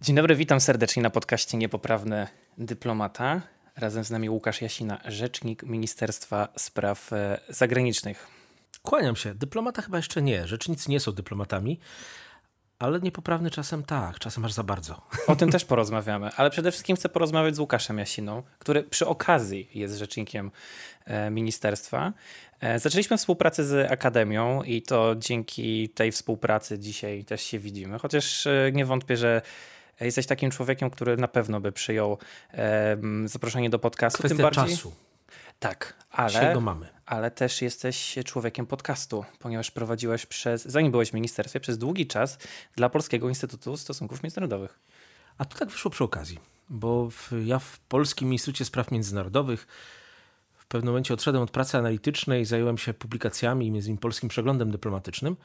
Dzień dobry, witam serdecznie na podcaście Niepoprawny Dyplomata. Razem z nami Łukasz Jasina, rzecznik Ministerstwa Spraw Zagranicznych. Kłaniam się. Dyplomata chyba jeszcze nie. Rzecznicy nie są dyplomatami, ale niepoprawny czasem tak, czasem aż za bardzo. O tym też porozmawiamy, ale przede wszystkim chcę porozmawiać z Łukaszem Jasiną, który przy okazji jest rzecznikiem ministerstwa. Zaczęliśmy współpracę z Akademią i to dzięki tej współpracy dzisiaj też się widzimy, chociaż nie wątpię, że jesteś takim człowiekiem, który na pewno by przyjął zaproszenie do podcastu. Kwestia tym bardziej czasu. Tak, Dzisiaj go mamy. ale też jesteś człowiekiem podcastu, ponieważ prowadziłeś zanim byłeś w ministerstwie, przez długi czas dla Polskiego Instytutu Stosunków Międzynarodowych. A tu tak wyszło przy okazji, bo ja w Polskim Instytucie Spraw Międzynarodowych w pewnym momencie odszedłem od pracy analitycznej, zająłem się publikacjami, między innymi Polskim Przeglądem Dyplomatycznym.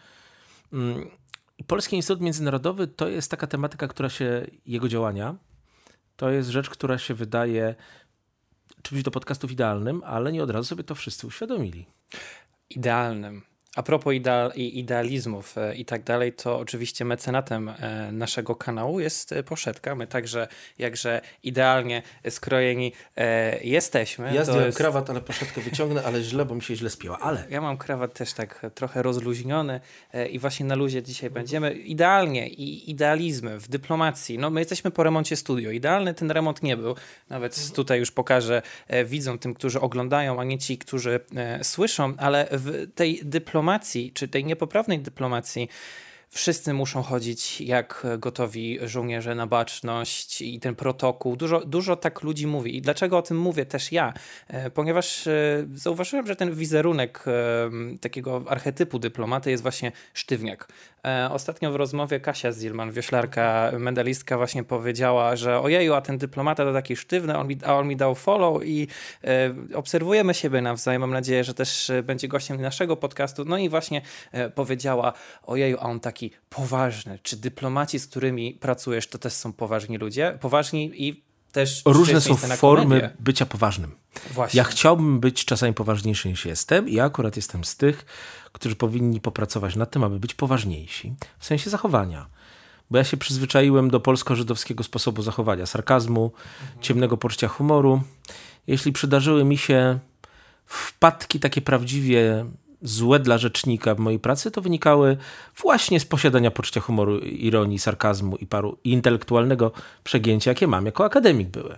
I Polski Instytut Międzynarodowy to jest taka tematyka, jego działania, to jest rzecz, która się wydaje czymś do podcastów idealnym, ale nie od razu sobie to wszyscy uświadomili. Idealnym. A propos idealizmów i tak dalej, to oczywiście mecenatem naszego kanału jest Poszetka. My także jakże idealnie skrojeni jesteśmy. Ja zdjąłem krawat, ale Poszetkę wyciągnę, ale źle, bo mi się źle spięła. Ale ja mam krawat też tak trochę rozluźniony i właśnie na luzie dzisiaj będziemy. Idealnie i idealizmy w dyplomacji. No my jesteśmy po remoncie studio. Idealny ten remont nie był. Nawet tutaj już pokażę widzom, tym, którzy oglądają, a nie ci, którzy słyszą, ale w tej dyplomacji, czy tej niepoprawnej dyplomacji, wszyscy muszą chodzić jak gotowi żołnierze na baczność i ten protokół. Dużo tak ludzi mówi. I dlaczego o tym mówię też ja? Ponieważ zauważyłem, że ten wizerunek takiego archetypu dyplomaty jest właśnie sztywniak. Ostatnio w rozmowie Kasia Zilman, wioślarka, medalistka, właśnie powiedziała, że ojeju, a ten dyplomata to taki sztywny, a on mi dał follow i obserwujemy siebie nawzajem. Mam nadzieję, że też będzie gościem naszego podcastu. No i właśnie powiedziała, ojeju, a on taki poważny. Czy dyplomaci, z którymi pracujesz, to też są poważni ludzie? Poważni i też... Różne są formy bycia poważnym. Właśnie. Ja chciałbym być czasami poważniejszy niż jestem i ja akurat jestem z tych, którzy powinni popracować nad tym, aby być poważniejsi. W sensie zachowania. Bo ja się przyzwyczaiłem do polsko-żydowskiego sposobu zachowania. Sarkazmu, ciemnego poczucia humoru. Jeśli przydarzyły mi się wpadki takie prawdziwie złe dla rzecznika w mojej pracy, to wynikały właśnie z posiadania poczucia humoru, ironii, sarkazmu i intelektualnego przegięcia, jakie mam jako akademik były.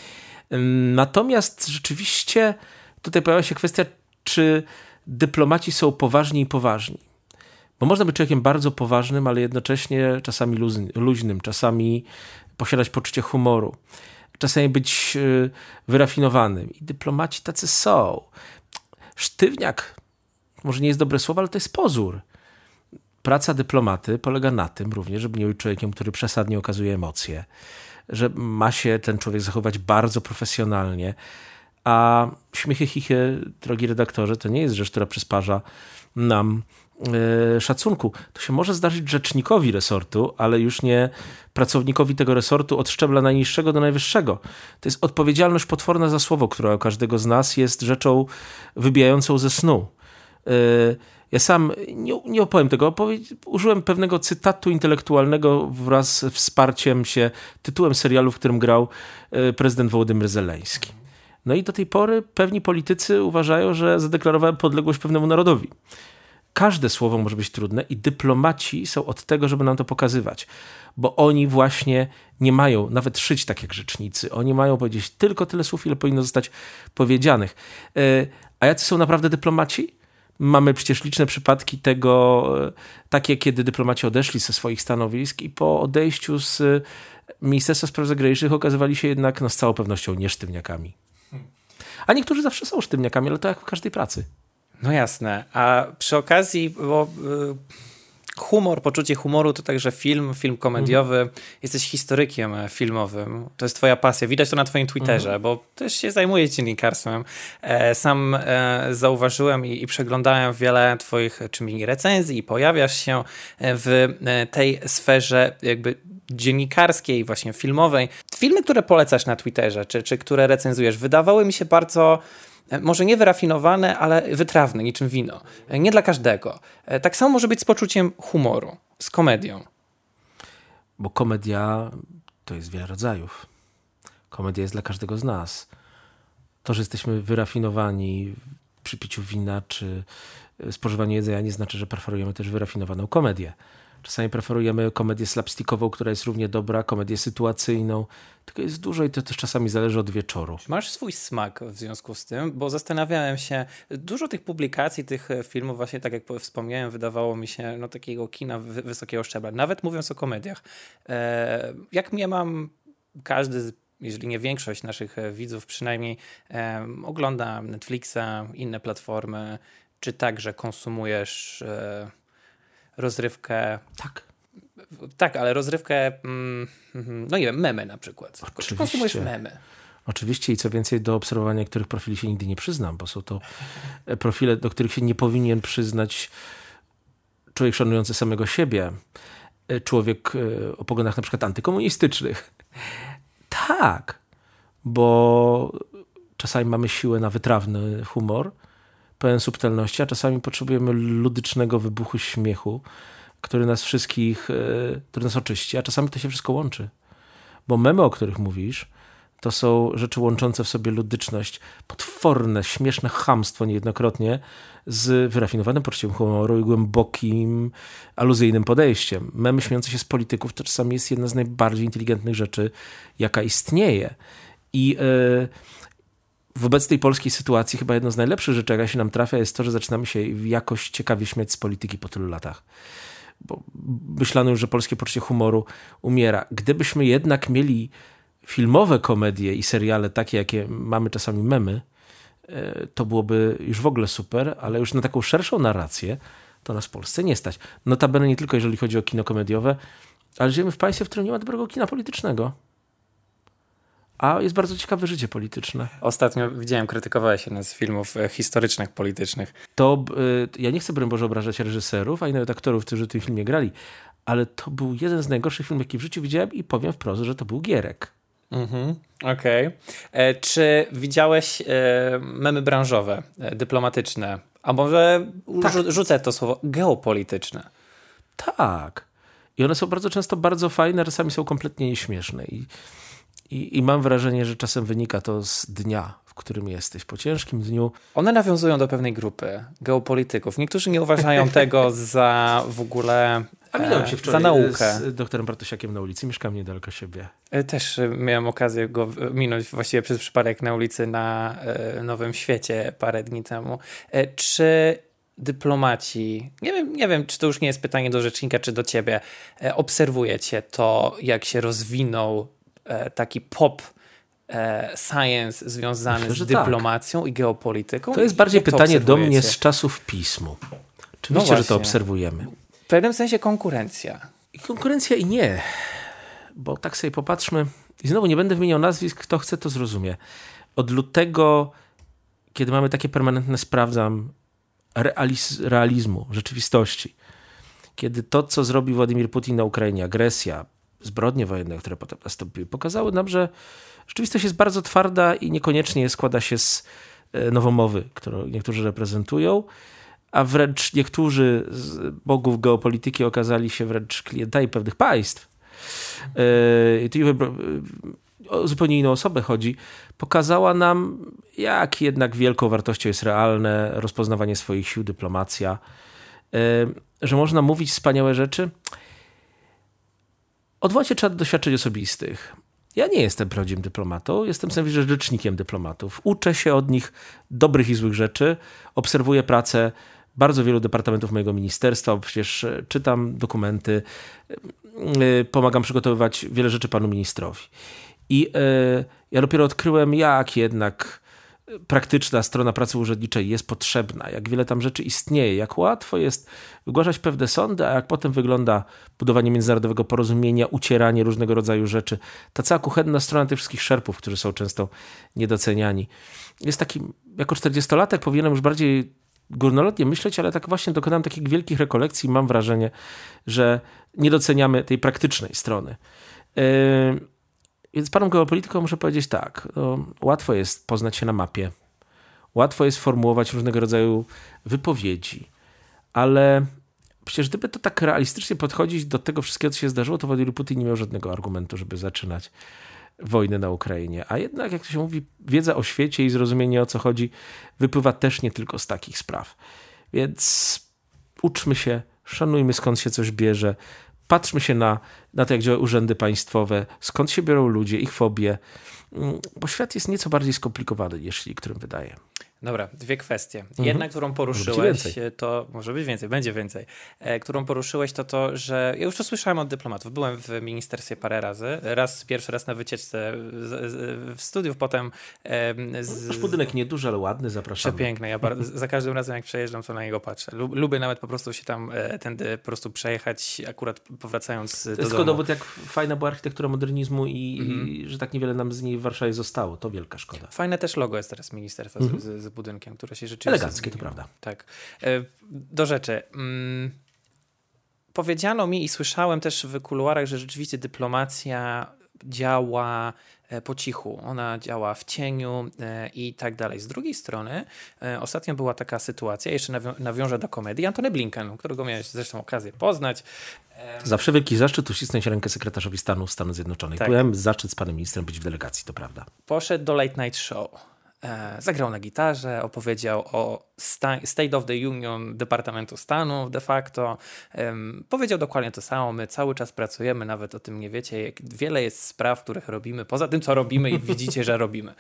Natomiast rzeczywiście tutaj pojawia się kwestia, czy dyplomaci są poważni i poważni. Bo można być człowiekiem bardzo poważnym, ale jednocześnie czasami luźnym, czasami posiadać poczucie humoru, czasami być wyrafinowanym. I dyplomaci tacy są. Sztywniak, może nie jest dobre słowo, ale to jest pozór. Praca dyplomaty polega na tym również, żeby nie być człowiekiem, który przesadnie okazuje emocje, że ma się ten człowiek zachować bardzo profesjonalnie, a śmiechy, chichy, drogi redaktorze, to nie jest rzecz, która przysparza nam szacunku. To się może zdarzyć rzecznikowi resortu, ale już nie pracownikowi tego resortu od szczebla najniższego do najwyższego. To jest odpowiedzialność potworna za słowo, która u każdego z nas jest rzeczą wybijającą ze snu. Ja sam nie opowiem tego, użyłem pewnego cytatu intelektualnego wraz z wsparciem się tytułem serialu, w którym grał prezydent Wołodymyr Zeleński. No i do tej pory pewni politycy uważają, że zadeklarowałem podległość pewnemu narodowi. Każde słowo może być trudne i dyplomaci są od tego, żeby nam to pokazywać, bo oni właśnie nie mają nawet szyć tak jak rzecznicy. Oni mają powiedzieć tylko tyle słów, ile powinno zostać powiedzianych. A jacy są naprawdę dyplomaci? Mamy przecież liczne przypadki tego, takie kiedy dyplomaci odeszli ze swoich stanowisk i po odejściu z Ministerstwa Spraw Zagranicznych okazywali się jednak z całą pewnością nie sztywniakami. A niektórzy zawsze są sztywniakami, ale to jak w każdej pracy. No jasne. A przy okazji, bo humor, poczucie humoru to także film komediowy. Jesteś historykiem filmowym. To jest twoja pasja. Widać to na twoim Twitterze, bo też się zajmujesz dziennikarstwem. Sam zauważyłem i przeglądałem wiele twoich recenzji i pojawiasz się w tej sferze jakby dziennikarskiej, właśnie filmowej. Filmy, które polecasz na Twitterze, czy które recenzujesz, wydawały mi się bardzo... może nie wyrafinowane, ale wytrawne, niczym wino. Nie dla każdego. Tak samo może być z poczuciem humoru, z komedią. Bo komedia to jest wiele rodzajów. Komedia jest dla każdego z nas. To, że jesteśmy wyrafinowani przy piciu wina czy spożywaniu jedzenia, nie znaczy, że preferujemy też wyrafinowaną komedię. Czasami preferujemy komedię slapstickową, która jest równie dobra, komedię sytuacyjną. Tylko jest dużo i to też czasami zależy od wieczoru. Masz swój smak w związku z tym, bo zastanawiałem się, dużo tych publikacji, tych filmów właśnie, tak jak wspomniałem, wydawało mi się takiego kina wysokiego szczebla. Nawet mówiąc o komediach. Jak mam każdy, jeżeli nie większość naszych widzów przynajmniej, ogląda Netflixa, inne platformy, czy także konsumujesz rozrywkę? Tak, ale rozrywkę, nie wiem, memy na przykład. Czy konsumujesz memy? Oczywiście i co więcej, do obserwowania których profili się nigdy nie przyznam, bo są to profile, do których się nie powinien przyznać człowiek szanujący samego siebie, człowiek o poglądach na przykład antykomunistycznych. Tak, bo czasami mamy siłę na wytrawny humor, pełen subtelności, a czasami potrzebujemy ludycznego wybuchu śmiechu, który nas wszystkich, który nas oczyści, a czasami to się wszystko łączy. Bo memy, o których mówisz, to są rzeczy łączące w sobie ludyczność, potworne, śmieszne chamstwo niejednokrotnie z wyrafinowanym poczuciem humoru i głębokim, aluzyjnym podejściem. Memy śmiejące się z polityków to czasami jest jedna z najbardziej inteligentnych rzeczy, jaka istnieje. I w obecnej polskiej sytuacji chyba jedną z najlepszych rzeczy, jaka się nam trafia, jest to, że zaczynamy się jakoś ciekawie śmiać z polityki po tylu latach. Bo myślano już, że polskie poczucie humoru umiera. Gdybyśmy jednak mieli filmowe komedie i seriale takie, jakie mamy czasami memy, to byłoby już w ogóle super, ale już na taką szerszą narrację to nas w Polsce nie stać. Notabene nie tylko jeżeli chodzi o kino komediowe, ale żyjemy w państwie, w którym nie ma dobrego kina politycznego. A jest bardzo ciekawe życie polityczne. Ostatnio widziałem, krytykowałeś jeden z filmów historycznych, politycznych. To ja nie chcę, broń Boże, obrażać reżyserów, a i nawet aktorów, którzy w tym filmie grali, ale to był jeden z najgorszych filmów, jaki w życiu widziałem i powiem wprost, że to był Gierek. Okej. Czy widziałeś memy branżowe, dyplomatyczne, a może rzucę to słowo, geopolityczne? Tak. I one są bardzo często bardzo fajne, czasami są kompletnie nieśmieszne. I mam wrażenie, że czasem wynika to z dnia, w którym jesteś. Po ciężkim dniu. One nawiązują do pewnej grupy geopolityków. Niektórzy nie uważają tego za w ogóle A minąłem się wczoraj za naukę. Z doktorem Bartosiakiem na ulicy. Mieszkam niedaleko siebie. Też miałem okazję go minąć właściwie przez przypadek na ulicy na Nowym Świecie parę dni temu. Czy dyplomaci, nie wiem, czy to już nie jest pytanie do rzecznika, czy do ciebie, obserwujecie to, jak się rozwinął taki pop science związany z dyplomacją i geopolityką? To jest bardziej pytanie do mnie z czasów pismu. Oczywiście, że to obserwujemy. W pewnym sensie konkurencja. I konkurencja i nie. Bo tak sobie popatrzmy, i znowu nie będę wymieniał nazwisk, kto chce, to zrozumie. Od lutego, kiedy mamy takie permanentne, sprawdzam, realizmu, rzeczywistości, kiedy to, co zrobił Władimir Putin na Ukrainie, agresja, zbrodnie wojenne, które potem nastąpiły, pokazały nam, że rzeczywistość jest bardzo twarda i niekoniecznie składa się z nowomowy, którą niektórzy reprezentują, a wręcz niektórzy z bogów geopolityki okazali się wręcz klientami pewnych państw. I tu o zupełnie inną osobę chodzi. Pokazała nam, jak jednak wielką wartością jest realne rozpoznawanie swoich sił, dyplomacja, że można mówić wspaniałe rzeczy. Odwołać się trzeba do doświadczeń osobistych. Ja nie jestem prawdziwym dyplomatą, jestem sobie rzecznikiem dyplomatów. Uczę się od nich dobrych i złych rzeczy, obserwuję pracę bardzo wielu departamentów mojego ministerstwa, bo przecież czytam dokumenty, pomagam przygotowywać wiele rzeczy panu ministrowi. I ja dopiero odkryłem, jak jednak praktyczna strona pracy urzędniczej jest potrzebna, jak wiele tam rzeczy istnieje, jak łatwo jest wygłaszać pewne sądy, a jak potem wygląda budowanie międzynarodowego porozumienia, ucieranie różnego rodzaju rzeczy. Ta cała kuchenna strona tych wszystkich szerpów, którzy są często niedoceniani. Jest taki, jako 40-latek powinienem już bardziej górnolotnie myśleć, ale tak właśnie dokonałem takich wielkich rekolekcji i mam wrażenie, że nie doceniamy tej praktycznej strony. Więc panom geopolitykom muszę powiedzieć tak, łatwo jest poznać się na mapie, łatwo jest formułować różnego rodzaju wypowiedzi, ale przecież gdyby to tak realistycznie podchodzić do tego wszystkiego, co się zdarzyło, to Władimir Putin nie miał żadnego argumentu, żeby zaczynać wojnę na Ukrainie. A jednak, jak to się mówi, wiedza o świecie i zrozumienie, o co chodzi, wypływa też nie tylko z takich spraw. Więc uczmy się, szanujmy, skąd się coś bierze, patrzmy się na to, jak działają urzędy państwowe, skąd się biorą ludzie, ich fobie, bo świat jest nieco bardziej skomplikowany, niż niektórym wydaje. Dobra, dwie kwestie. Jedna, którą poruszyłeś, to może być więcej, będzie więcej, którą poruszyłeś, to, że ja już to słyszałem od dyplomatów. Byłem w ministerstwie parę razy. Pierwszy raz na wycieczce w studiów, potem... Nasz budynek nieduży, ale ładny, zapraszamy. Przepiękny. Ja za każdym razem, jak przejeżdżam, to na niego patrzę. Lubię nawet po prostu się tam tędy po prostu przejechać, akurat powracając do domu. To jest tylko dowód, jak fajna była architektura modernizmu i że tak niewiele nam z niej w Warszawie zostało. To wielka szkoda. Fajne też logo jest teraz ministerstwa z budynkiem, które się rzeczywiście... Eleganckie, to prawda. Tak. Do rzeczy. Powiedziano mi i słyszałem też w kuluarach, że rzeczywiście dyplomacja działa po cichu. Ona działa w cieniu i tak dalej. Z drugiej strony ostatnio była taka sytuacja, jeszcze nawiążę do komedii, Antony Blinken, którego miałeś zresztą okazję poznać. Zawsze wielki zaszczyt uścisnąć rękę sekretarzowi stanu Stanów Zjednoczonych. Tak. Byłem zaszczyt z panem ministrem być w delegacji, to prawda. Poszedł do Late Night Show. Zagrał na gitarze, opowiedział o State of the Union Departamentu Stanu de facto. Powiedział dokładnie to samo. My cały czas pracujemy, nawet o tym nie wiecie, jak wiele jest spraw, których robimy, poza tym, co robimy i widzicie, że robimy.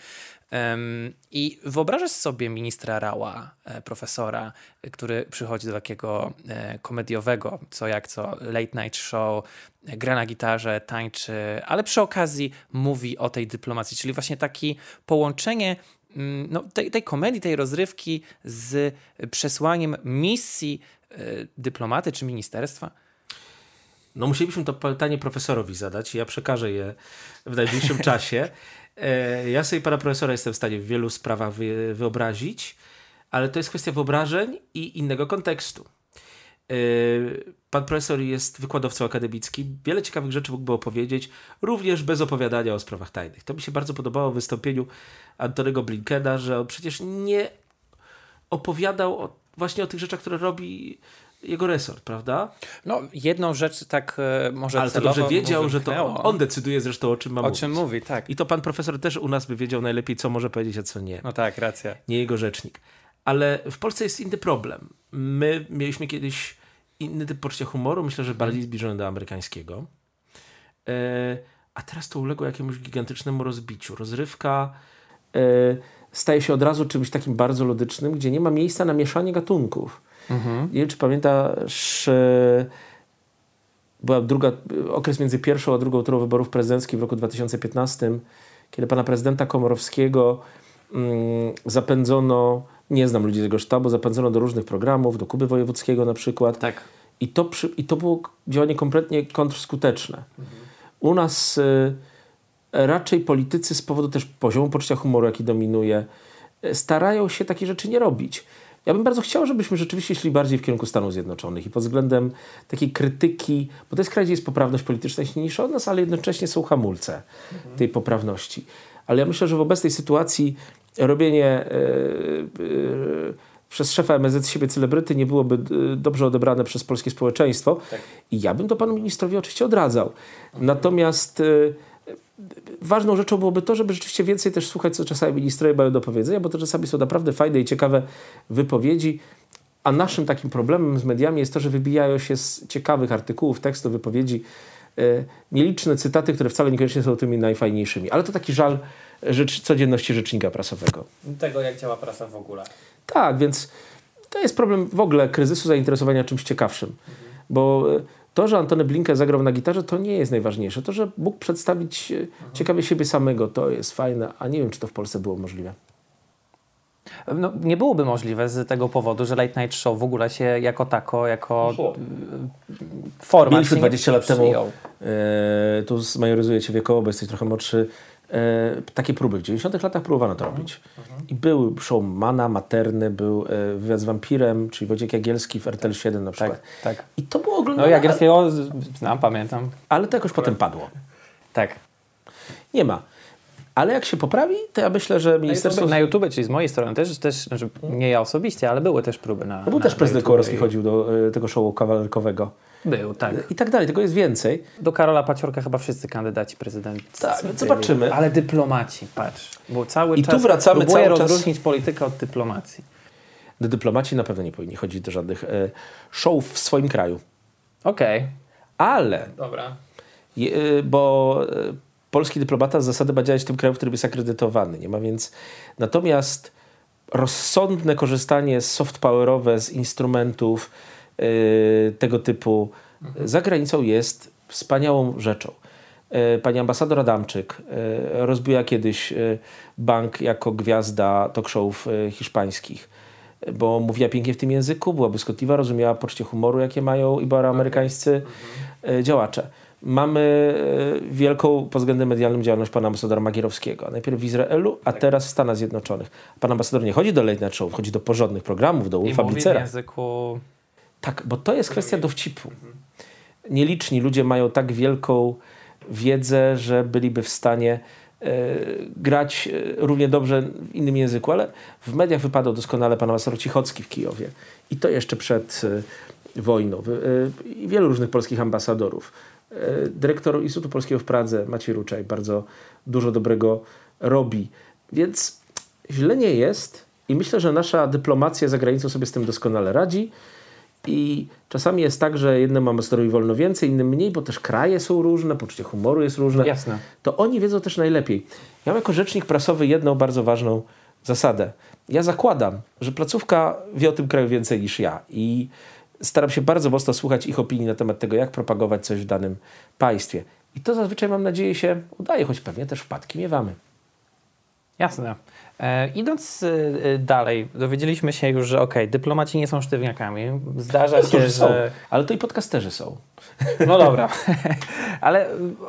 I wyobrażasz sobie ministra Rała, profesora, który przychodzi do takiego komediowego, co late night show, gra na gitarze, tańczy, ale przy okazji mówi o tej dyplomacji, czyli właśnie takie połączenie tej komedii, tej rozrywki z przesłaniem misji dyplomaty czy ministerstwa? No musielibyśmy to pytanie profesorowi zadać i ja przekażę je w najbliższym czasie. Ja sobie pana profesora jestem w stanie w wielu sprawach wyobrazić, ale to jest kwestia wyobrażeń i innego kontekstu. Pan profesor jest wykładowcą akademickim. Wiele ciekawych rzeczy mógłby opowiedzieć, również bez opowiadania o sprawach tajnych. To mi się bardzo podobało w wystąpieniu Antonego Blinkena, że on przecież nie opowiadał właśnie o tych rzeczach, które robi jego resort, prawda? No, jedną rzecz tak może ale celowo... Ale to dobrze wiedział, że to on decyduje zresztą, o czym ma mówić. O czym mówi, tak. I to pan profesor też u nas by wiedział najlepiej, co może powiedzieć, a co nie. No tak, racja. Nie jego rzecznik. Ale w Polsce jest inny problem. My mieliśmy kiedyś inny typ poczucia humoru, myślę, że bardziej zbliżony do amerykańskiego. A teraz to uległo jakiemuś gigantycznemu rozbiciu. Rozrywka staje się od razu czymś takim bardzo lodycznym, gdzie nie ma miejsca na mieszanie gatunków. Nie wiem, czy pamiętasz, była okres między pierwszą a drugą turą wyborów prezydenckich w roku 2015, kiedy pana prezydenta Komorowskiego zapędzono, nie znam ludzi z jego sztabu, zapędzono do różnych programów, do Kuby Wojewódzkiego na przykład. Tak. I to było działanie kompletnie kontrskuteczne. U nas raczej politycy z powodu też poziomu poczucia humoru, jaki dominuje, starają się takie rzeczy nie robić. Ja bym bardzo chciał, żebyśmy rzeczywiście szli bardziej w kierunku Stanów Zjednoczonych i pod względem takiej krytyki, bo to jest kraj, gdzie jest poprawność polityczna silniejsza od nas, ale jednocześnie są hamulce tej poprawności. Ale ja myślę, że w obecnej sytuacji robienie przez szefa MSZ z siebie celebryty nie byłoby dobrze odebrane przez polskie społeczeństwo. Tak. I ja bym to panu ministrowi oczywiście odradzał. Natomiast ważną rzeczą byłoby to, żeby rzeczywiście więcej też słuchać, co czasami ministrowie mają do powiedzenia, bo to czasami są naprawdę fajne i ciekawe wypowiedzi. A naszym takim problemem z mediami jest to, że wybijają się z ciekawych artykułów, tekstów, wypowiedzi nieliczne cytaty, które wcale niekoniecznie są tymi najfajniejszymi. Ale to taki żal codzienności rzecznika prasowego. Tego, jak działa prasa w ogóle. Tak, więc to jest problem w ogóle kryzysu zainteresowania czymś ciekawszym. Bo to, że Antony Blinken zagrał na gitarze, to nie jest najważniejsze. To, że mógł przedstawić ciekawie siebie samego, to jest fajne, a nie wiem, czy to w Polsce było możliwe. No, nie byłoby możliwe z tego powodu, że Late Night Show w ogóle się jako format mieliśmy 20 lat temu, tu zmajoryzuję cię wiekowo, bo jesteś trochę młodszy, takie próby. W 90 latach próbowano to robić. I był show Mana, Materny, był wywiad z wampirem, czyli Wojciech Jagielski w RTL 7 na przykład. Tak. I to było oglądane. No Jagielskiego znam, pamiętam. Ale to jakoś potem padło. Tak. Nie ma. Ale jak się poprawi, to ja myślę, że ministerstwo... Na YouTube, czyli z mojej strony też znaczy nie ja osobiście, ale były też próby na... No był też prezydent Komorowski chodził do tego showu kawalerkowego. Był, tak. I tak dalej, tego jest więcej. Do Karola Paciorka chyba wszyscy kandydaci prezydenccy. Tak, zobaczymy. Ale dyplomaci, patrz. Bo cały I czas tu wracamy próbuję cały czas... rozróżnić politykę od dyplomacji. Dyplomaci na pewno nie powinni chodzić do żadnych showów w swoim kraju. Okej. Ale... Dobra. Bo polski dyplomata z zasady ma działać w tym kraju, w którym jest akredytowany. Nie ma więc... Natomiast rozsądne korzystanie soft powerowe z instrumentów tego typu za granicą jest wspaniałą rzeczą. Pani ambasador Adamczyk rozbiła kiedyś bank jako gwiazda talk showów hiszpańskich, bo mówiła pięknie w tym języku, była błyskotliwa, rozumiała poczucie humoru, jakie mają iberoamerykańscy działacze. Mamy wielką pod względem medialnym działalność pana ambasadora Magierowskiego. Najpierw w Izraelu, a teraz w Stanach Zjednoczonych. Pan ambasador nie chodzi do late night show, chodzi do porządnych programów, do Ulfa Blitzera. W języku... Tak, bo to jest kwestia dowcipu. Nieliczni ludzie mają tak wielką wiedzę, że byliby w stanie grać równie dobrze w innym języku, ale w mediach wypadał doskonale pan ambasador Cichocki w Kijowie. I to jeszcze przed wojną. I wielu różnych polskich ambasadorów. Dyrektor Instytutu Polskiego w Pradze, Maciej Ruczaj, bardzo dużo dobrego robi. Więc źle nie jest i myślę, że nasza dyplomacja za granicą sobie z tym doskonale radzi. I czasami jest tak, że jednemu ambasadorowi wolno więcej, innym mniej, bo też kraje są różne, poczucie humoru jest różne. Jasne. To oni wiedzą też najlepiej. Ja mam jako rzecznik prasowy jedną bardzo ważną zasadę. Ja zakładam, że placówka wie o tym kraju więcej niż ja i staram się bardzo mocno słuchać ich opinii na temat tego, jak propagować coś w danym państwie. I to zazwyczaj, mam nadzieję, się udaje, choć pewnie też wpadki miewamy. Jasne. Idąc dalej, dowiedzieliśmy się już, że dyplomaci nie są sztywniakami. Zdarza się, że... Są, ale to i podcasterzy są. No dobra, ale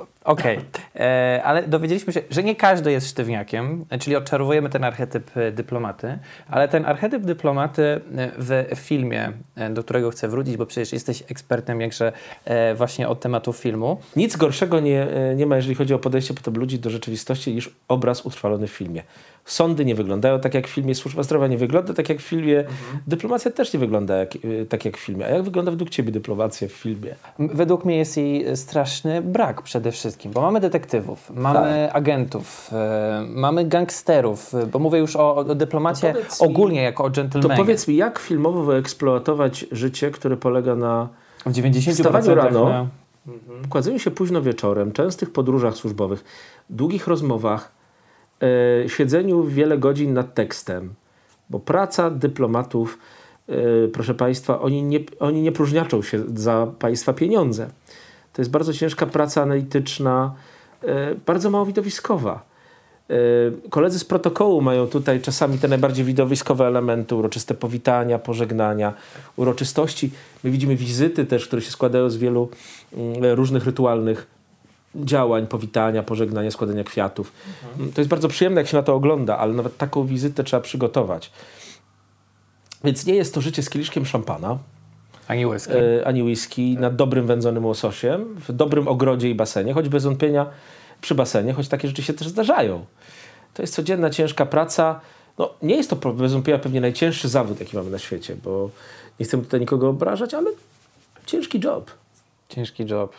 ale dowiedzieliśmy się, że nie każdy jest sztywniakiem, czyli odczarowujemy ten archetyp dyplomaty, ale ten archetyp dyplomaty w filmie, do którego chcę wrócić, bo przecież jesteś ekspertem jakże właśnie od tematu filmu. Nic gorszego nie ma, jeżeli chodzi o podejście potem ludzi do rzeczywistości, niż obraz utrwalony w filmie. Sądy nie wyglądają tak jak w filmie, służba zdrowia nie wygląda tak jak w filmie, dyplomacja też nie wygląda tak jak w filmie. A jak wygląda według ciebie dyplomacja w filmie? Według mnie jest jej straszny brak przede wszystkim, bo mamy detektywów, mamy agentów, mamy gangsterów, bo mówię już o dyplomacie ogólnie jako o dżentelmenie. To powiedz mi, jak filmowo wyeksploatować życie, które polega na w 90% wstawaniu rano, kładzeniu się późno wieczorem, częstych podróżach służbowych, długich rozmowach, siedzeniu wiele godzin nad tekstem, bo praca dyplomatów, proszę Państwa, oni nie próżniaczą się za Państwa pieniądze. To jest bardzo ciężka praca analityczna, bardzo mało widowiskowa. Koledzy z protokołu mają tutaj czasami te najbardziej widowiskowe elementy, uroczyste powitania, pożegnania, uroczystości. My widzimy wizyty też, które się składają z wielu różnych rytualnych działań, powitania, pożegnania, składania kwiatów. To jest bardzo przyjemne, jak się na to ogląda, ale nawet taką wizytę trzeba przygotować. Więc nie jest to życie z kieliszkiem szampana. Ani whisky. Nad dobrym wędzonym łososiem, w dobrym ogrodzie i basenie, choć bez wątpienia przy basenie, choć takie rzeczy się też zdarzają. To jest codzienna, ciężka praca. No, nie jest to bez wątpienia pewnie najcięższy zawód, jaki mamy na świecie, bo nie chcę tutaj nikogo obrażać, ale ciężki job. Ciężki job.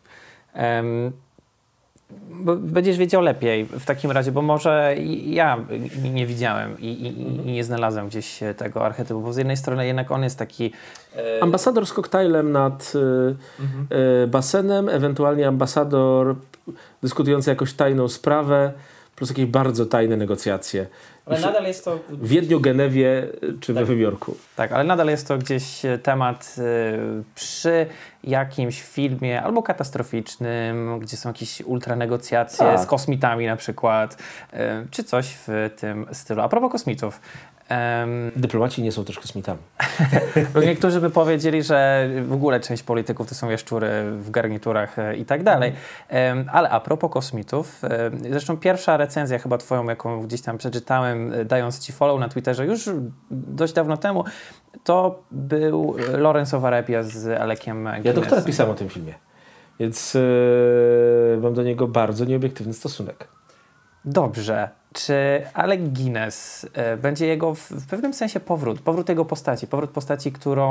Bo będziesz wiedział lepiej w takim razie, bo może ja nie widziałem i nie znalazłem gdzieś tego archetypu, bo z jednej strony jednak on jest taki... Ambasador z koktajlem nad basenem, ewentualnie ambasador dyskutujący jakąś tajną sprawę, plus jakieś bardzo tajne negocjacje. Ale nadal jest to... W Wiedniu, Genewie czy we Nowym Jorku. Tak, ale nadal jest to gdzieś temat przy jakimś filmie albo katastroficznym, gdzie są jakieś ultranegocjacje z kosmitami na przykład, czy coś w tym stylu. A propos kosmitów. Dyplomaci nie są też kosmitami. Niektórzy by powiedzieli, że w ogóle część polityków to są jaszczury w garniturach i tak dalej. Ale a propos kosmitów, zresztą pierwsza recenzja chyba twoją, jaką gdzieś tam przeczytałem, dając ci follow na Twitterze już dość dawno temu, to był Lawrence of Arabia z Alekiem Guinnessem. Ja doktora pisałem o tym filmie, więc mam do niego bardzo nieobiektywny stosunek. Dobrze. Czy Alec Guinness będzie jego w pewnym sensie powrót jego postaci, powrót postaci, którą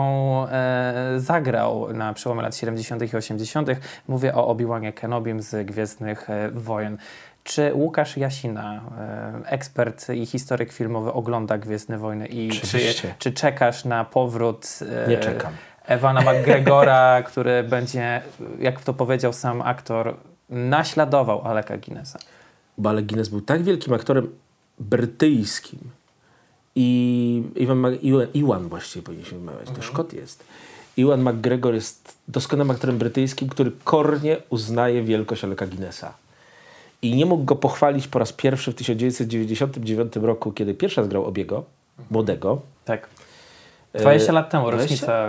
zagrał na przełomie lat 70. i 80. Mówię o Obi-Wanie Kenobim z Gwiezdnych Wojen. Czy Łukasz Jasina, ekspert i historyk filmowy, ogląda Gwiezdne Wojny i czy czekasz na powrót Nie czekam. Ewana McGregora, który będzie, jak to powiedział sam aktor, naśladował Aleca Guinnessa? Bo Alec Guinness był tak wielkim aktorem brytyjskim i Ewan właściwie powinniśmy wymawiać, to Szkot jest. Ewan McGregor jest doskonałym aktorem brytyjskim, który kornie uznaje wielkość Aleca Guinnessa. I nie mógł go pochwalić po raz pierwszy w 1999 roku, kiedy pierwszy raz grał Obiego, młodego. Tak. 20 lat temu, rocznica.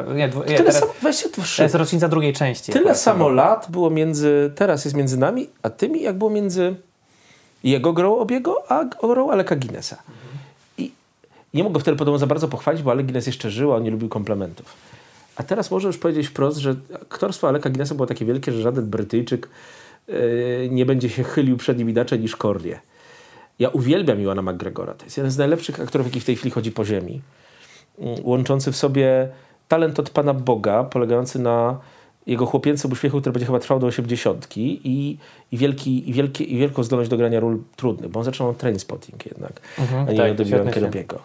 To jest rocznica drugiej części. Tyle samo lat było teraz jest między nami, a tymi, jak było między jego grą Obiego, a grą Aleca Guinnessa. I nie mogę wtedy podobno za bardzo pochwalić, bo Alec Guinness jeszcze żył, a on nie lubił komplementów. A teraz może już powiedzieć wprost, że aktorstwo Aleca Guinnessa było takie wielkie, że żaden Brytyjczyk nie będzie się chylił przed nim inaczej niż kornie. Ja uwielbiam Ewana McGregora. To jest jeden z najlepszych aktorów, jaki w tej chwili chodzi po ziemi. Łączący w sobie talent od Pana Boga, polegający na jego chłopięcym uśmiechu, który będzie chyba trwał do 80 i wielką zdolność do grania ról trudnych, bo on zaczął Trainspotting jednak, a nie Obi-Wana Kenobiego.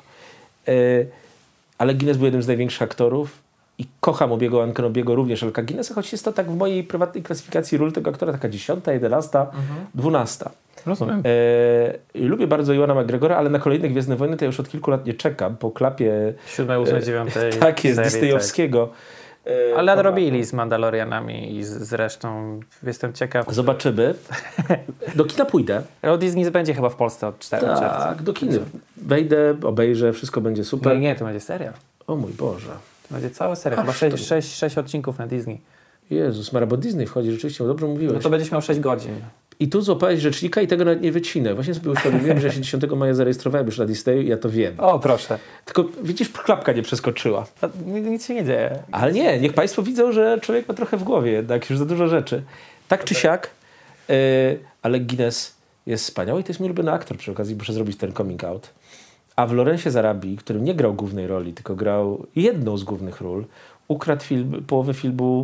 Ale Guinness był jednym z największych aktorów i kocham Obi-Wana Kenobiego, również Aleca Guinnessa, choć jest to tak w mojej prywatnej klasyfikacji ról tego aktora taka 10., 11., 12. Rozumiem. Lubię bardzo Ewana McGregora, ale na kolejne Gwiezdne Wojny to ja już od kilku lat nie czekam, po klapie 7., 8., 9. tak jest, disneyowskiego. Ale nadrobili z Mandalorianami i z resztą. Jestem ciekaw. Zobaczymy. Do kina pójdę. Walt Disney będzie chyba w Polsce od 4 czerwca. Tak, do kina. Wejdę, obejrzę, wszystko będzie super. Nie, to będzie serial. O mój Boże. To będzie cały serial. Chyba 6 odcinków na Disney. Jezus Maria, bo Disney wchodzi, rzeczywiście, dobrze mówiłeś. No to będziesz miał 6 godzin. I tu złapałeś rzecznika i tego nawet nie wycinę. Właśnie sobie uświadomiłem, że ja się 10 maja zarejestrowałem już na Disneyu i ja to wiem. O, proszę. Tylko widzisz, klapka nie przeskoczyła. Nic się nie dzieje. Ale nie, niech Państwo widzą, że człowiek ma trochę w głowie jednak już za dużo rzeczy. Tak czy siak, ale Guinness jest wspaniały i to jest mój ulubiony aktor przy okazji, muszę zrobić ten coming out. A w Lawrence'ie z Arabii, którym nie grał głównej roli, tylko grał jedną z głównych ról, ukradł połowę filmu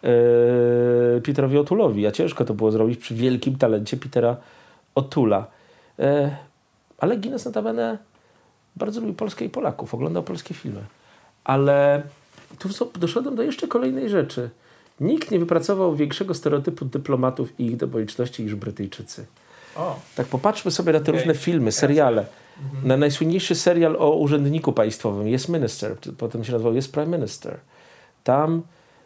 Peterowi O'Toole'owi, a ciężko to było zrobić przy wielkim talencie Petera O'Toole'a. Ale Guinness notabene bardzo lubi Polskę i Polaków, oglądał polskie filmy. Ale tu doszedłem do jeszcze kolejnej rzeczy. Nikt nie wypracował większego stereotypu dyplomatów i ich okoliczności niż Brytyjczycy. Tak popatrzmy sobie na te różne filmy, seriale. Na najsłynniejszy serial o urzędniku państwowym, Yes Minister, potem się nazywał Yes Prime Minister. Tam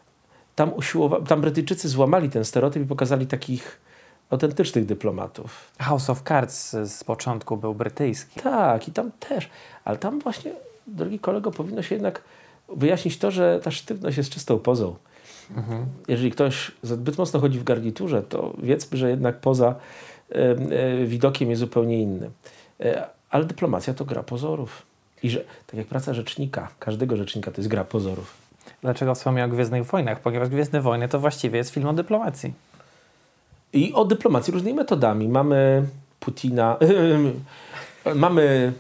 Brytyjczycy złamali ten stereotyp i pokazali takich autentycznych dyplomatów. House of Cards z początku był brytyjski. Tak, i tam też. Ale tam właśnie, drogi kolego, powinno się jednak wyjaśnić to, że ta sztywność jest czystą pozą. Jeżeli ktoś zbyt mocno chodzi w garniturze, to wiedzmy, że jednak poza widokiem jest zupełnie inny. Ale dyplomacja to gra pozorów. I że, tak jak praca rzecznika, każdego rzecznika to jest gra pozorów. Dlaczego wspomniał o Gwiezdnych Wojnach? Ponieważ Gwiezdne Wojny to właściwie jest film o dyplomacji. I o dyplomacji różnymi metodami. Mamy Putina, mamy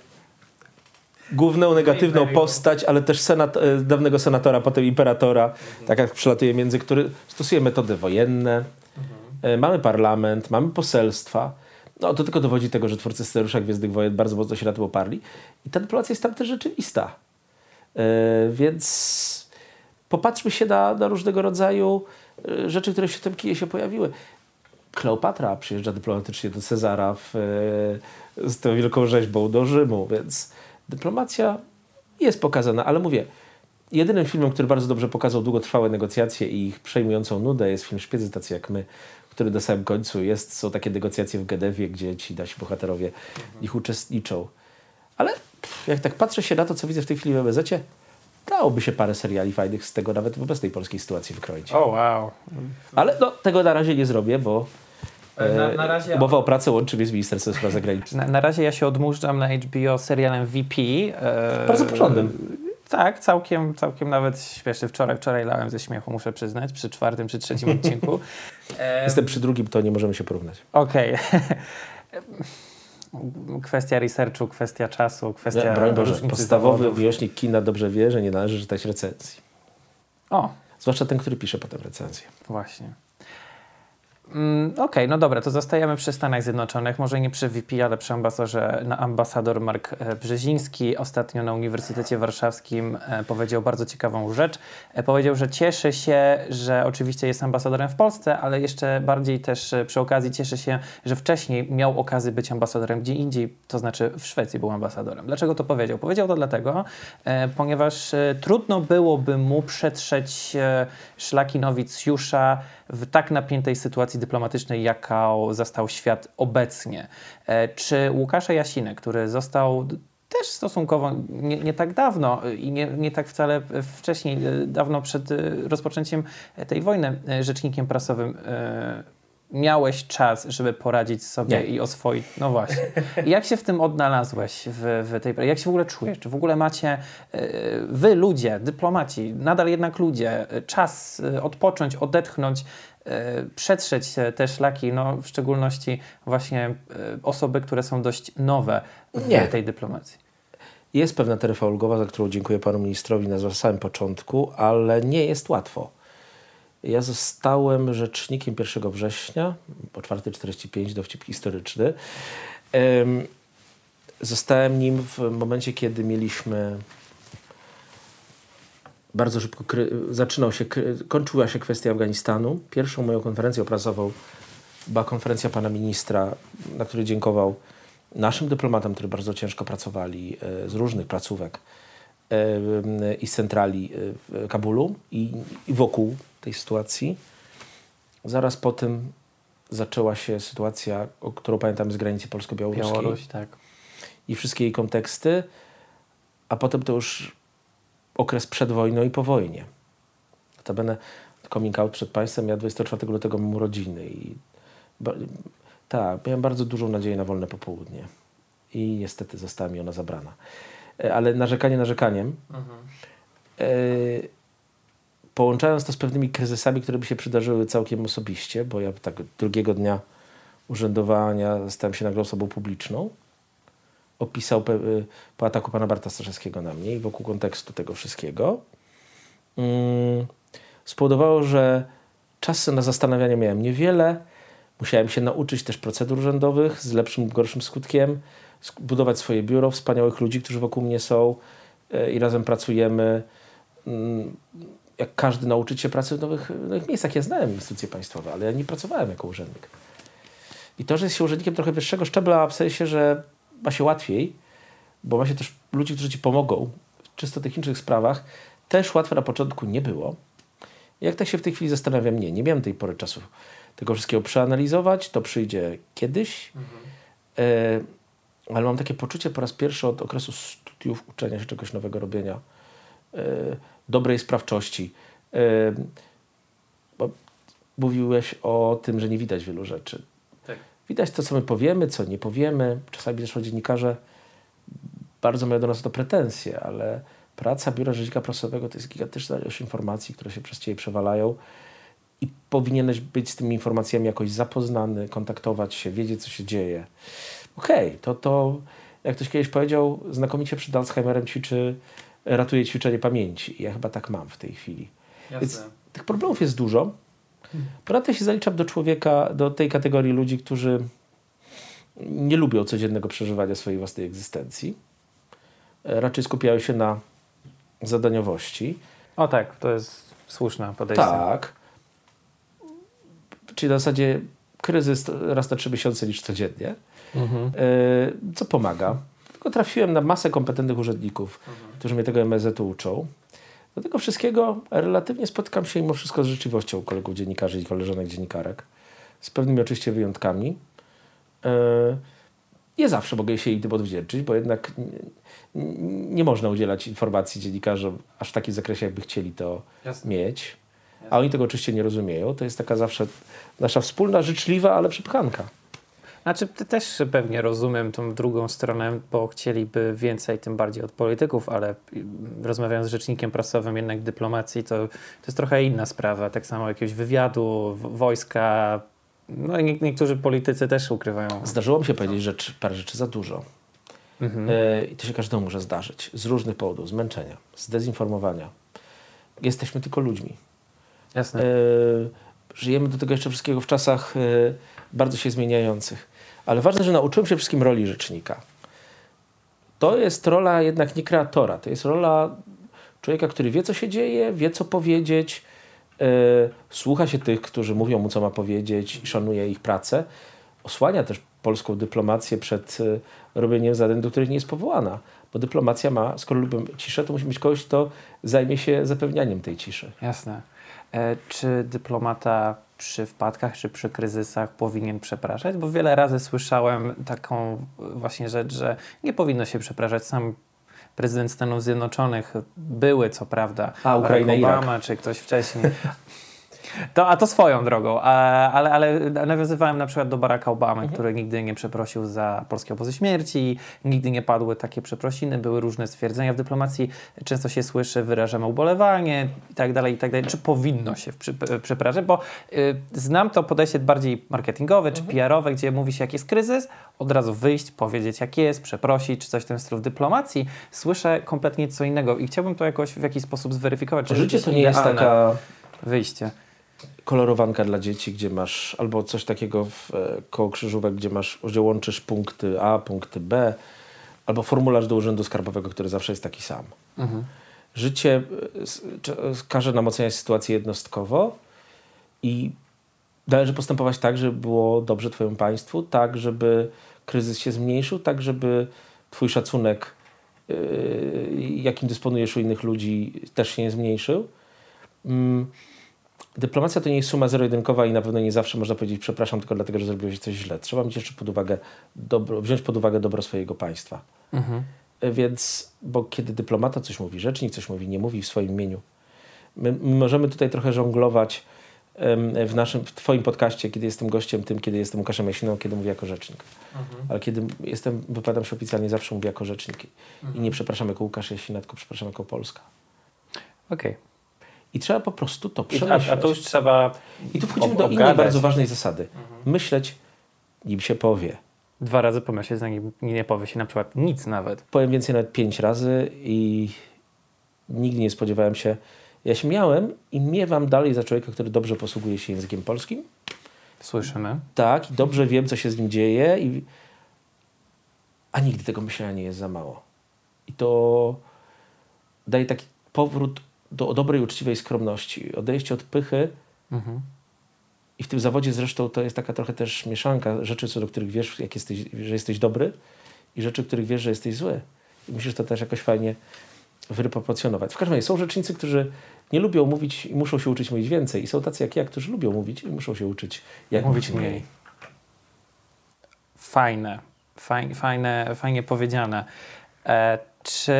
główną negatywną postać, ale też dawnego senatora, potem imperatora, tak jak przelatuje między, który stosuje metody wojenne. Mamy parlament, mamy poselstwa. No to tylko dowodzi tego, że twórcy scenariusza Gwiezdnych Wojen bardzo mocno się na tym oparli. I ta dyplomacja jest tam też rzeczywista. Więc popatrzmy się na różnego rodzaju rzeczy, które w Świętym Kinie się pojawiły. Kleopatra przyjeżdża dyplomatycznie do Cezara z tą wielką rzeźbą do Rzymu, więc dyplomacja jest pokazana, ale mówię, jedynym filmem, który bardzo dobrze pokazał długotrwałe negocjacje i ich przejmującą nudę, jest film Szpiedzy tacy jak my, który na samym końcu są takie negocjacje w Genewie, gdzie ci nasi bohaterowie ich uczestniczą. Ale jak tak patrzę się na to, co widzę w tej chwili w MSZ-cie, dałoby się parę seriali fajnych z tego nawet w obecnej polskiej sytuacji wykroić. O, wow. Ale tego na razie nie zrobię, bo na razie umowa o pracę łączy mnie z Ministerstwem Spraw Zagranicznych. Na razie ja się odmurzam na HBO serialem VP. Bardzo porządnym. Tak, całkiem nawet śmieszny. Wczoraj lałem ze śmiechu, muszę przyznać, przy 4. czy 3. odcinku. Jestem przy 2, to nie możemy się porównać. Okej. kwestia researchu, kwestia czasu, kwestia Broń Boże, różnicy podstawowy zawodów. miłośnik kina dobrze wie, że nie należy czytać recenzji. O, Zwłaszcza ten, który pisze potem recenzję. właśnie. Okej, no dobra, to zostajemy przy Stanach Zjednoczonych, może nie przy VP, ale przy ambasador Mark Brzeziński ostatnio na Uniwersytecie Warszawskim powiedział bardzo ciekawą rzecz. Powiedział, że cieszy się, że oczywiście jest ambasadorem w Polsce, ale jeszcze bardziej też przy okazji cieszy się, że wcześniej miał okazję być ambasadorem gdzie indziej, to znaczy w Szwecji był ambasadorem. Dlaczego to powiedział? Powiedział to dlatego, ponieważ trudno byłoby mu przetrzeć szlaki nowicjusza w tak napiętej sytuacji dyplomatycznej, jaką zastał świat obecnie. Czy Łukasza Jasinę, który został też stosunkowo nie tak dawno i nie tak wcale wcześniej, dawno przed rozpoczęciem tej wojny rzecznikiem prasowym, miałeś czas, żeby poradzić sobie i oswoić. No właśnie. I jak się w tym odnalazłeś w tej... Jak się w ogóle czujesz? Czy w ogóle macie wy, ludzie, dyplomaci, nadal jednak ludzie, czas odpocząć, odetchnąć, przetrzeć te szlaki, no w szczególności właśnie osoby, które są dość nowe w tej dyplomacji? Jest pewna taryfa ulgowa, za którą dziękuję panu ministrowi na samym początku, ale nie jest łatwo. Ja zostałem rzecznikiem 1 września, po 4:45, dowcip historyczny. Zostałem nim w momencie, kiedy mieliśmy bardzo szybko, kończyła się kwestia Afganistanu. Pierwszą moją konferencją prasową była konferencja pana ministra, na której dziękował naszym dyplomatom, którzy bardzo ciężko pracowali z różnych placówek i z centrali w Kabulu i wokół tej sytuacji. Zaraz po tym zaczęła się sytuacja, którą pamiętamy z granicy polsko-białoruskiej. Białoruś, tak. I wszystkie jej konteksty, a potem to już okres przed wojną i po wojnie. Notabene coming out przed państwem, ja 24 lutego mam urodziny i miałem bardzo dużą nadzieję na wolne popołudnie i niestety została mi ona zabrana. Ale narzekanie narzekaniem, połączając to z pewnymi kryzysami, które by się przydarzyły całkiem osobiście, bo ja tak drugiego dnia urzędowania stałem się nagle osobą publiczną, opisał po ataku pana Barta Staszewskiego na mnie i wokół kontekstu tego wszystkiego, spowodowało, że czasu na zastanawianie miałem niewiele. Musiałem się nauczyć też procedur urzędowych z lepszym lub gorszym skutkiem, budować swoje biuro, wspaniałych ludzi, którzy wokół mnie są i razem pracujemy. Jak każdy nauczyć się pracy w nowych miejscach. Ja znałem instytucje państwowe, ale ja nie pracowałem jako urzędnik. I to, że jest się urzędnikiem trochę wyższego szczebla, w sensie, że ma się łatwiej, bo ma się też ludzi, którzy ci pomogą w czysto technicznych sprawach, też łatwe na początku nie było. I jak tak się w tej chwili zastanawiam, nie miałem tej pory czasu tego wszystkiego przeanalizować, to przyjdzie kiedyś, ale mam takie poczucie po raz pierwszy od okresu studiów, uczenia się czegoś nowego, robienia dobrej sprawczości. Bo mówiłeś o tym, że nie widać wielu rzeczy. Tak. Widać to, co my powiemy, co nie powiemy. Czasami zresztą dziennikarze bardzo mają do nas to pretensje, ale praca biura rzecznika prasowego to jest gigantyczna ilość informacji, które się przez ciebie przewalają i powinieneś być z tymi informacjami jakoś zapoznany, kontaktować się, wiedzieć, co się dzieje. Okej, to jak ktoś kiedyś powiedział, znakomicie przed Alzheimerem ratuje ćwiczenie pamięci. Ja chyba tak mam w tej chwili. Jasne. Więc tych problemów jest dużo. Ponadto się zaliczam do człowieka, do tej kategorii ludzi, którzy nie lubią codziennego przeżywania swojej własnej egzystencji. Raczej skupiają się na zadaniowości. O tak, to jest słuszne podejście. Tak. Czyli na zasadzie kryzys raz na 3 miesiące niż codziennie. Co pomaga. Tylko trafiłem na masę kompetentnych urzędników, którzy mnie tego MSZ-u uczą. Do tego wszystkiego relatywnie spotykam się mimo wszystko z życzliwością kolegów dziennikarzy i koleżanek dziennikarek. Z pewnymi oczywiście wyjątkami. Nie zawsze mogę się im tym odwdzięczyć, bo jednak nie można udzielać informacji dziennikarzom aż w takim zakresie, jakby chcieli to mieć. A oni tego oczywiście nie rozumieją. To jest taka zawsze nasza wspólna, życzliwa, ale przepchanka. Znaczy, też pewnie rozumiem tą drugą stronę, bo chcieliby więcej, tym bardziej od polityków, ale rozmawiając z rzecznikiem prasowym jednak dyplomacji, to jest trochę inna sprawa. Tak samo jakiegoś wywiadu, wojska, No i niektórzy politycy też ukrywają. Zdarzyło mi się powiedzieć parę rzeczy za dużo. I to się każdemu może zdarzyć. Z różnych powodów. Zmęczenia, zdezinformowania. Jesteśmy tylko ludźmi. Jasne. Żyjemy do tego jeszcze wszystkiego w czasach bardzo się zmieniających. Ale ważne, że nauczyłem się wszystkim roli rzecznika. To jest rola jednak nie kreatora. To jest rola człowieka, który wie, co się dzieje, wie, co powiedzieć, słucha się tych, którzy mówią mu, co ma powiedzieć i szanuje ich pracę. Osłania też polską dyplomację przed robieniem zadań, do których nie jest powołana. Bo dyplomacja ma, skoro lubią ciszę, to musi być kogoś, kto zajmie się zapewnianiem tej ciszy. Jasne. Czy dyplomata przy wpadkach czy przy kryzysach powinien przepraszać? Bo wiele razy słyszałem taką właśnie rzecz, że nie powinno się przepraszać. Sam prezydent Stanów Zjednoczonych były, co prawda, Ukraina, Barack Obama Irak. czy ktoś wcześniej. A to swoją drogą, ale nawiązywałem na przykład do Baracka Obamy, który nigdy nie przeprosił za polskie obozy śmierci, nigdy nie padły takie przeprosiny, były różne stwierdzenia w dyplomacji, często się słyszy, wyrażamy ubolewanie i tak dalej, czy powinno się przepraszać, bo znam to podejście bardziej marketingowe czy PR-owe, gdzie mówi się, jak jest kryzys, od razu wyjść, powiedzieć jak jest, przeprosić, czy coś w tym stylu. W dyplomacji słyszę kompletnie co innego i chciałbym to jakoś w jakiś sposób zweryfikować. Czy Życie to nie jest taka wyjście. Kolorowanka dla dzieci, gdzie masz albo coś takiego koło krzyżówek, gdzie łączysz punkty A, punkty B, albo formularz do urzędu skarbowego, który zawsze jest taki sam. Życie każe nam oceniać sytuację jednostkowo i należy postępować tak, żeby było dobrze twojemu państwu, tak, żeby kryzys się zmniejszył, tak, żeby twój szacunek, jakim dysponujesz u innych ludzi, też się nie zmniejszył. Dyplomacja to nie jest suma zero-jedynkowa i na pewno nie zawsze można powiedzieć przepraszam tylko dlatego, że zrobiłeś coś źle. Trzeba mieć jeszcze wziąć pod uwagę dobro swojego państwa. Więc, bo kiedy dyplomata coś mówi, rzecznik coś mówi, nie mówi w swoim imieniu. My możemy tutaj trochę żonglować w twoim podcaście, kiedy jestem gościem, kiedy jestem Łukaszem Jasiną, kiedy mówię jako rzecznik. Ale kiedy wypowiadam się oficjalnie, zawsze mówię jako rzecznik. I nie przepraszam jako Łukasz Jasina, tylko przepraszam jako Polska. Okej. I trzeba po prostu to przemyśleć. A to już trzeba I tu wchodzimy do innej bardzo ważnej zasady. Myśleć, nim się powie. 2 razy pomyśleć, zanim nie powie się na przykład nic nawet. Powiem więcej, nawet 5 razy i nigdy nie spodziewałem się. Ja się miałem i miewam dalej za człowieka, który dobrze posługuje się językiem polskim. Słyszymy. Tak, i dobrze wiem, co się z nim dzieje, a nigdy tego myślenia nie jest za mało. I to daje taki powrót do dobrej, uczciwej skromności. Odejście od pychy. I w tym zawodzie zresztą to jest taka trochę też mieszanka rzeczy, co do których wiesz, że jesteś dobry i rzeczy, których wiesz, że jesteś zły. I musisz to też jakoś fajnie wyproporcjonować. W każdym razie są rzecznicy, którzy nie lubią mówić i muszą się uczyć mówić więcej. I są tacy jak ja, którzy lubią mówić i muszą się uczyć jak mówić mniej. Fajnie powiedziane. Czy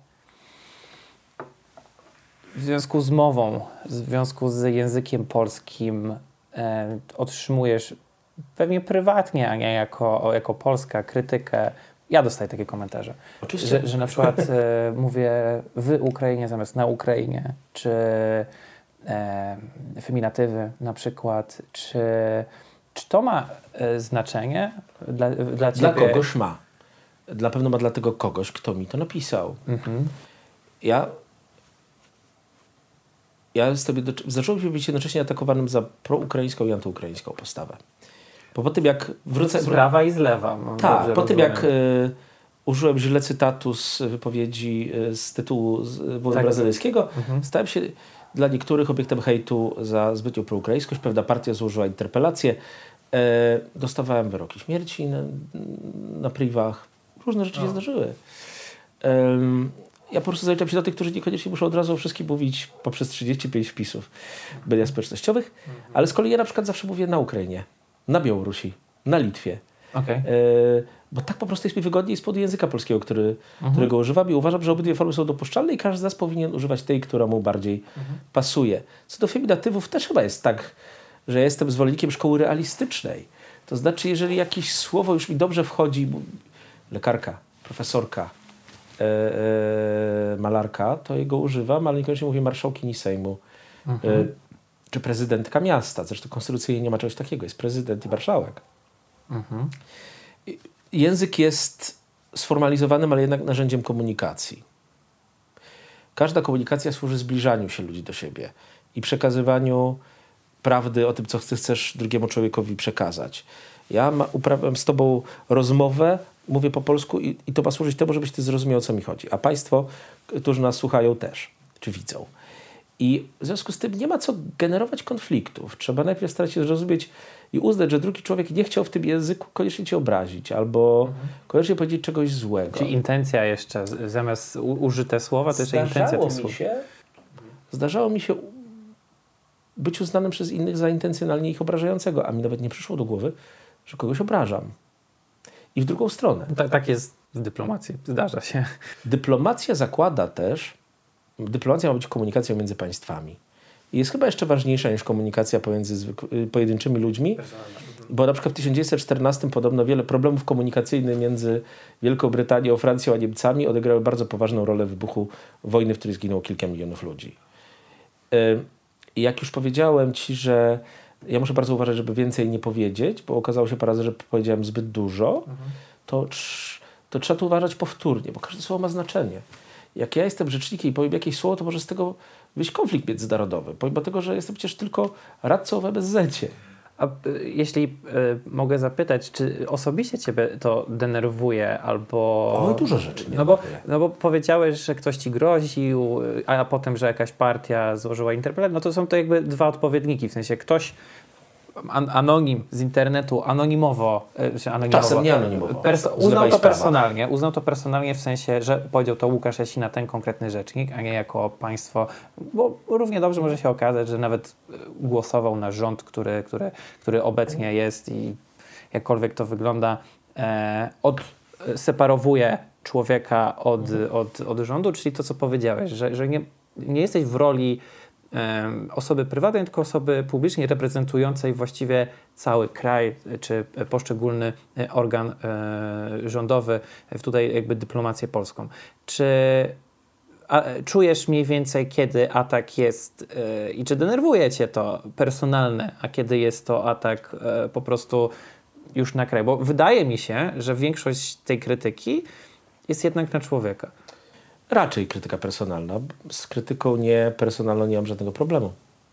w związku z mową, w związku z językiem polskim otrzymujesz pewnie prywatnie, a nie jako Polska, krytykę? Ja dostaję takie komentarze. Oczywiście. Że na przykład mówię w Ukrainie zamiast na Ukrainie, czy feminatywy na przykład, czy to ma znaczenie dla ciebie? Dla kogoś ma. Na pewno ma dla tego kogoś, kto mi to napisał. Ja sobie zacząłem się być jednocześnie atakowanym za proukraińską i antyukraińską postawę. Bo po tym jak wrócę... Z prawa i z lewa. Tak, po tym jak użyłem źle cytatu z wypowiedzi z tytułu brazylijskiego, stałem się dla niektórych obiektem hejtu za zbytnią proukraińskość. Pewna partia złożyła interpelację. Dostawałem wyroki śmierci na privach. Różne rzeczy się zdarzyły. Ja po prostu zaliczam się do tych, którzy niekoniecznie muszą od razu o wszystkim mówić poprzez 35 wpisów w mediach społecznościowych, ale z kolei ja na przykład zawsze mówię na Ukrainie, na Białorusi, na Litwie. Bo tak po prostu jest mi wygodniej z powodu języka polskiego, którego używam i uważam, że obydwie formy są dopuszczalne i każdy z nas powinien używać tej, która mu bardziej pasuje. Co do feminatywów też chyba jest tak, że ja jestem zwolennikiem szkoły realistycznej. To znaczy, jeżeli jakieś słowo już mi dobrze wchodzi, lekarka, profesorka, malarka, to jego używam, ale niekoniecznie mówię marszałkini Sejmu, czy prezydentka miasta. Zresztą konstytucyjnie nie ma czegoś takiego. Jest prezydent i marszałek. Język jest sformalizowanym, ale jednak narzędziem komunikacji. Każda komunikacja służy zbliżaniu się ludzi do siebie i przekazywaniu prawdy o tym, co chcesz drugiemu człowiekowi przekazać. Ja uprawiam z tobą rozmowę, mówię po polsku i to ma służyć temu, żebyś ty zrozumiał, o co mi chodzi. A państwo, którzy nas słuchają też, czy widzą. I w związku z tym nie ma co generować konfliktów. Trzeba najpierw starać się zrozumieć i uznać, że drugi człowiek nie chciał w tym języku koniecznie cię obrazić albo koniecznie powiedzieć czegoś złego. Czyli intencja jeszcze, zamiast użyte słowa, to jeszcze intencja tych słów. Zdarzało mi się być uznanym przez innych za intencjonalnie ich obrażającego, a mi nawet nie przyszło do głowy, że kogoś obrażam. I w drugą stronę. Tak jest w dyplomacji, zdarza się. Dyplomacja zakłada też, dyplomacja ma być komunikacją między państwami. I jest chyba jeszcze ważniejsza niż komunikacja pomiędzy pojedynczymi ludźmi, bo na przykład w 1914 podobno wiele problemów komunikacyjnych między Wielką Brytanią, Francją a Niemcami odegrały bardzo poważną rolę w wybuchu wojny, w której zginęło kilka milionów ludzi. I jak już powiedziałem ci, że ja muszę bardzo uważać, żeby więcej nie powiedzieć, bo okazało się parę razy, że powiedziałem zbyt dużo, to trzeba tu uważać powtórnie, bo każde słowo ma znaczenie. Jak ja jestem rzecznikiem i powiem jakieś słowo, to może z tego wyjść konflikt międzynarodowy, pomimo tego, że jestem przecież tylko radcą w MSZ-cie. A jeśli mogę zapytać, czy osobiście ciebie to denerwuje albo... O, dużo rzeczy nie no bo powiedziałeś, że ktoś ci groził, a potem, że jakaś partia złożyła interpelację, no to są to jakby dwa odpowiedniki, w sensie ktoś anonim z internetu, anonimowo, czasem nie anonimowo. Uznał to personalnie w sensie, że powiedział to Łukasz Jasina, ten konkretny rzecznik, a nie jako państwo, bo równie dobrze może się okazać, że nawet głosował na rząd, który obecnie jest i jakkolwiek to wygląda, odseparowuje człowieka od rządu, czyli to, co powiedziałeś, że nie jesteś w roli osoby prywatnej, tylko osoby publicznej reprezentującej właściwie cały kraj, czy poszczególny organ rządowy, tutaj jakby dyplomację polską. Czy czujesz mniej więcej, kiedy atak jest i czy denerwuje cię to personalne, a kiedy jest to atak po prostu już na kraj? Bo wydaje mi się, że większość tej krytyki jest jednak na człowieka. Raczej krytyka personalna. Z krytyką niepersonalną nie mam żadnego problemu.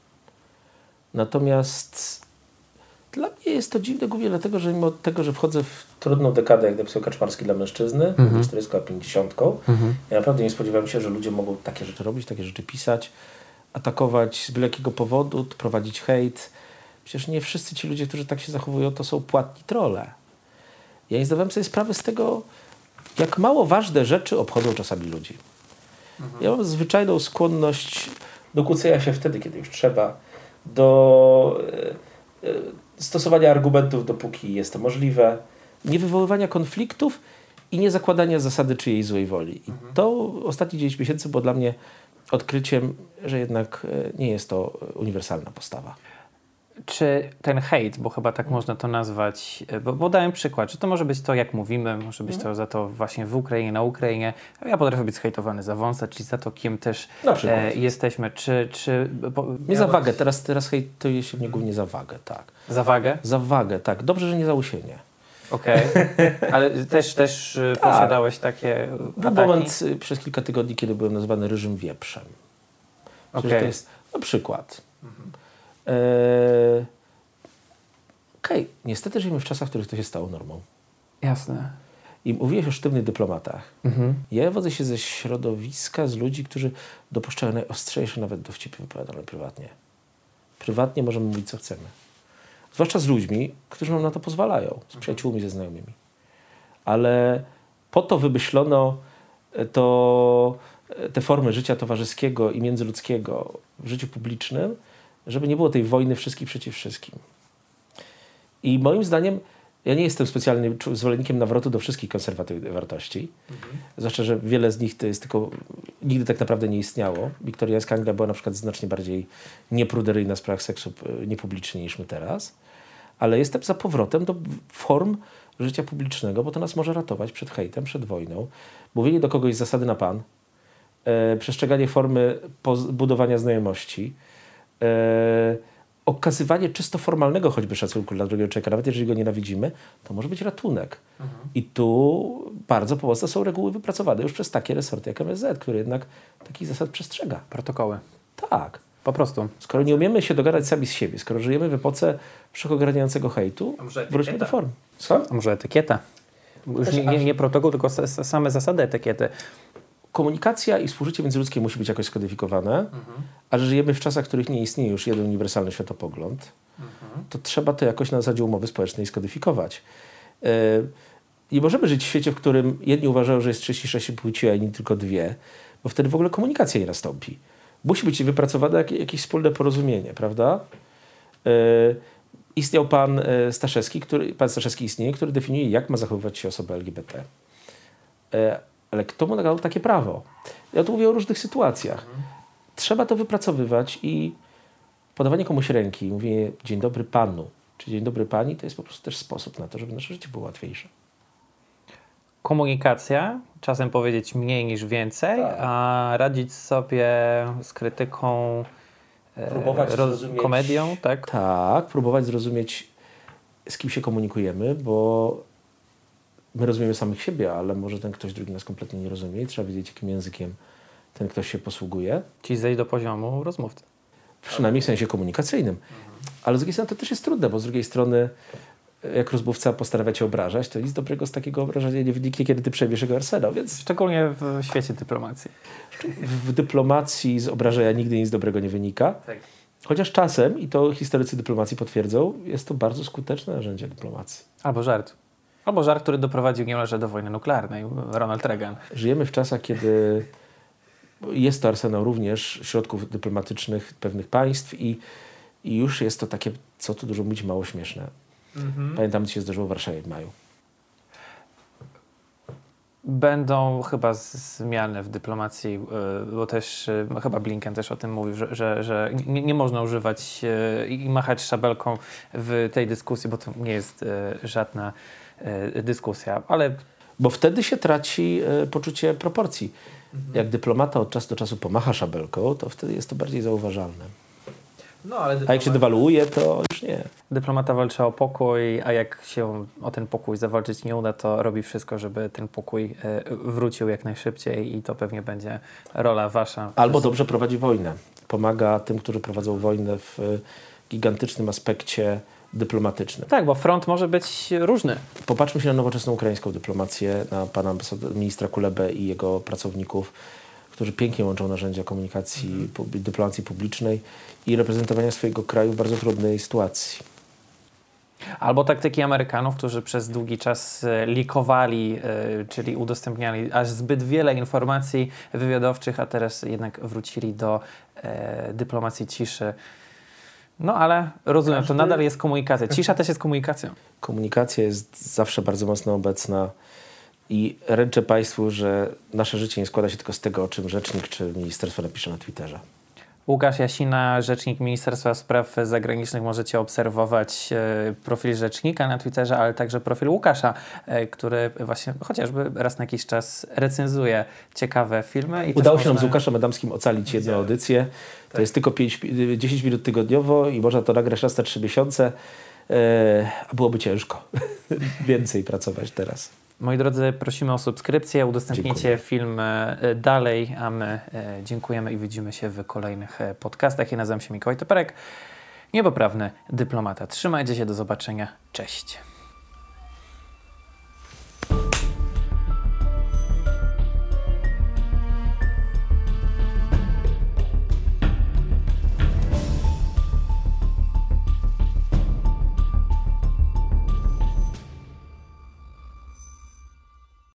Natomiast dla mnie jest to dziwne głównie dlatego, że mimo tego, że wchodzę w trudną dekadę, jak napisał Kaczmarski dla mężczyzny, 40 a 50, ja naprawdę nie spodziewałem się, że ludzie mogą takie rzeczy robić, takie rzeczy pisać, atakować z byle jakiego powodu, prowadzić hejt. Przecież nie wszyscy ci ludzie, którzy tak się zachowują, to są płatni trolle. Ja nie zdawałem sobie sprawy z tego, jak mało ważne rzeczy obchodzą czasami ludzi. Ja mam zwyczajną skłonność do kłócenia się wtedy, kiedy już trzeba, do stosowania argumentów, dopóki jest to możliwe, nie wywoływania konfliktów i nie zakładania zasady czyjejś złej woli. I to ostatnie 9 miesięcy było dla mnie odkryciem, że jednak nie jest to uniwersalna postawa. Czy ten hejt, bo chyba tak można to nazwać, bo dałem przykład, że to może być to, jak mówimy, może być to za to właśnie w Ukrainie, na Ukrainie. Ja potrafię być zhejtowany za wąsa, czyli za to, kim też jesteśmy. Nie za wagę, teraz hejtuje się mnie głównie za wagę, tak. Za wagę? Za wagę, tak. Dobrze, że nie za usienie. Okej. Ale też posiadałeś takie Był moment przez kilka tygodni, kiedy byłem nazwany ryżym wieprzem. To jest przykład. Niestety żyjemy w czasach, w których to się stało normą. Jasne. I mówiłeś o sztywnych dyplomatach. Ja wodzę się ze środowiska, z ludzi, którzy dopuszczają najostrzejsze nawet dowcipy wypowiadane prywatnie. Prywatnie możemy mówić, co chcemy. Zwłaszcza z ludźmi, którzy nam na to pozwalają. Z przyjaciółmi, ze znajomymi. Ale po to wymyślono te formy życia towarzyskiego i międzyludzkiego w życiu publicznym, żeby nie było tej wojny wszystkich przeciw wszystkim. I moim zdaniem, ja nie jestem specjalnym zwolennikiem nawrotu do wszystkich konserwatywnych wartości. Zwłaszcza, że wiele z nich to jest tylko, nigdy tak naprawdę nie istniało. Wiktoriańska Anglia była na przykład znacznie bardziej niepruderyjna w sprawach seksu niepublicznie niż my teraz. Ale jestem za powrotem do form życia publicznego, bo to nas może ratować przed hejtem, przed wojną. Mówienie do kogoś z zasady na pan, przestrzeganie formy budowania znajomości, okazywanie czysto formalnego choćby szacunku dla drugiego człowieka, nawet jeżeli go nienawidzimy, to może być ratunek. I tu bardzo pomocne są reguły wypracowane już przez takie resorty jak MSZ, które jednak takich zasad przestrzega. Protokoły. Tak. Po prostu. Skoro nie umiemy się dogadać sami z siebie, skoro żyjemy w epoce wszechogarniającego hejtu, wróćmy do form. Co? A może etykieta? Już nie protokół, tylko same zasady etykiety. Komunikacja i współżycie międzyludzkie musi być jakoś skodyfikowane, a że żyjemy w czasach, w których nie istnieje już jeden uniwersalny światopogląd, to trzeba to jakoś na zasadzie umowy społecznej skodyfikować. Nie możemy żyć w świecie, w którym jedni uważają, że jest 36 płci, a inni tylko 2, bo wtedy w ogóle komunikacja nie nastąpi. Musi być wypracowane jakieś wspólne porozumienie, prawda? Istniał pan Staszewski, istnieje, który definiuje, jak ma zachowywać się osoba LGBT. Ale kto mu nadał takie prawo? Ja tu mówię o różnych sytuacjach. Trzeba to wypracowywać i podawanie komuś ręki, mówienie dzień dobry panu, czy dzień dobry pani, to jest po prostu też sposób na to, żeby nasze życie było łatwiejsze. Komunikacja, czasem powiedzieć mniej niż więcej, a radzić sobie z krytyką, komedią, tak? Tak, próbować zrozumieć, z kim się komunikujemy, bo my rozumiemy samych siebie, ale może ten ktoś drugi nas kompletnie nie rozumie i trzeba wiedzieć, jakim językiem ten ktoś się posługuje. Czyli zejść do poziomu rozmówcy. Przynajmniej w sensie komunikacyjnym. Ale z drugiej strony to też jest trudne, bo z drugiej strony jak rozmówca postanawia cię obrażać, to nic dobrego z takiego obrażenia nie wyniknie, kiedy ty przejmiesz jego arsenał, więc... Szczególnie w świecie dyplomacji. W dyplomacji z obrażenia nigdy nic dobrego nie wynika. Tak. Chociaż czasem, i to historycy dyplomacji potwierdzą, jest to bardzo skuteczne narzędzie dyplomacji. Albo żart. Albo żart, który doprowadził niemalże do wojny nuklearnej. Ronald Reagan. Żyjemy w czasach, kiedy jest to arsenał również środków dyplomatycznych pewnych państw i już jest to takie, co tu dużo mówić, mało śmieszne. Pamiętam, co się zdarzyło w Warszawie w maju. Będą chyba zmiany w dyplomacji, bo też chyba Blinken też o tym mówił, że nie można używać i machać szabelką w tej dyskusji, bo to nie jest żadna dyskusja, ale... Bo wtedy się traci poczucie proporcji. Jak dyplomata od czasu do czasu pomacha szabelką, to wtedy jest to bardziej zauważalne. No, ale a jak się dewaluuje, to już nie. Dyplomata walczy o pokój, a jak się o ten pokój zawalczyć nie uda, to robi wszystko, żeby ten pokój wrócił jak najszybciej i to pewnie będzie rola wasza. Albo dobrze prowadzi wojnę. Pomaga tym, którzy prowadzą wojnę w gigantycznym aspekcie dyplomatycznym. Tak, bo front może być różny. Popatrzmy się na nowoczesną ukraińską dyplomację, na pana ministra Kulebę i jego pracowników, którzy pięknie łączą narzędzia komunikacji, dyplomacji publicznej i reprezentowania swojego kraju w bardzo trudnej sytuacji. Albo taktyki Amerykanów, którzy przez długi czas likowali, czyli udostępniali aż zbyt wiele informacji wywiadowczych, a teraz jednak wrócili do dyplomacji ciszy. No ale rozumiem, to nadal jest komunikacja. Cisza też jest komunikacją. Komunikacja jest zawsze bardzo mocno obecna i ręczę Państwu, że nasze życie nie składa się tylko z tego, o czym rzecznik czy ministerstwo napisze na Twitterze. Łukasz Jasina, rzecznik Ministerstwa Spraw Zagranicznych. Możecie obserwować profil rzecznika na Twitterze, ale także profil Łukasza, który właśnie chociażby raz na jakiś czas recenzuje ciekawe filmy. Udało się nam z Łukaszem Adamskim ocalić jedną audycję. To jest tylko 10 minut tygodniowo i można to nagrać raz na 3 miesiące, a byłoby ciężko więcej pracować teraz. Moi drodzy, prosimy o subskrypcję, udostępnijcie film dalej, a my dziękujemy i widzimy się w kolejnych podcastach. Ja nazywam się Mikołaj Toperek, niepoprawny dyplomata. Trzymajcie się, do zobaczenia, cześć.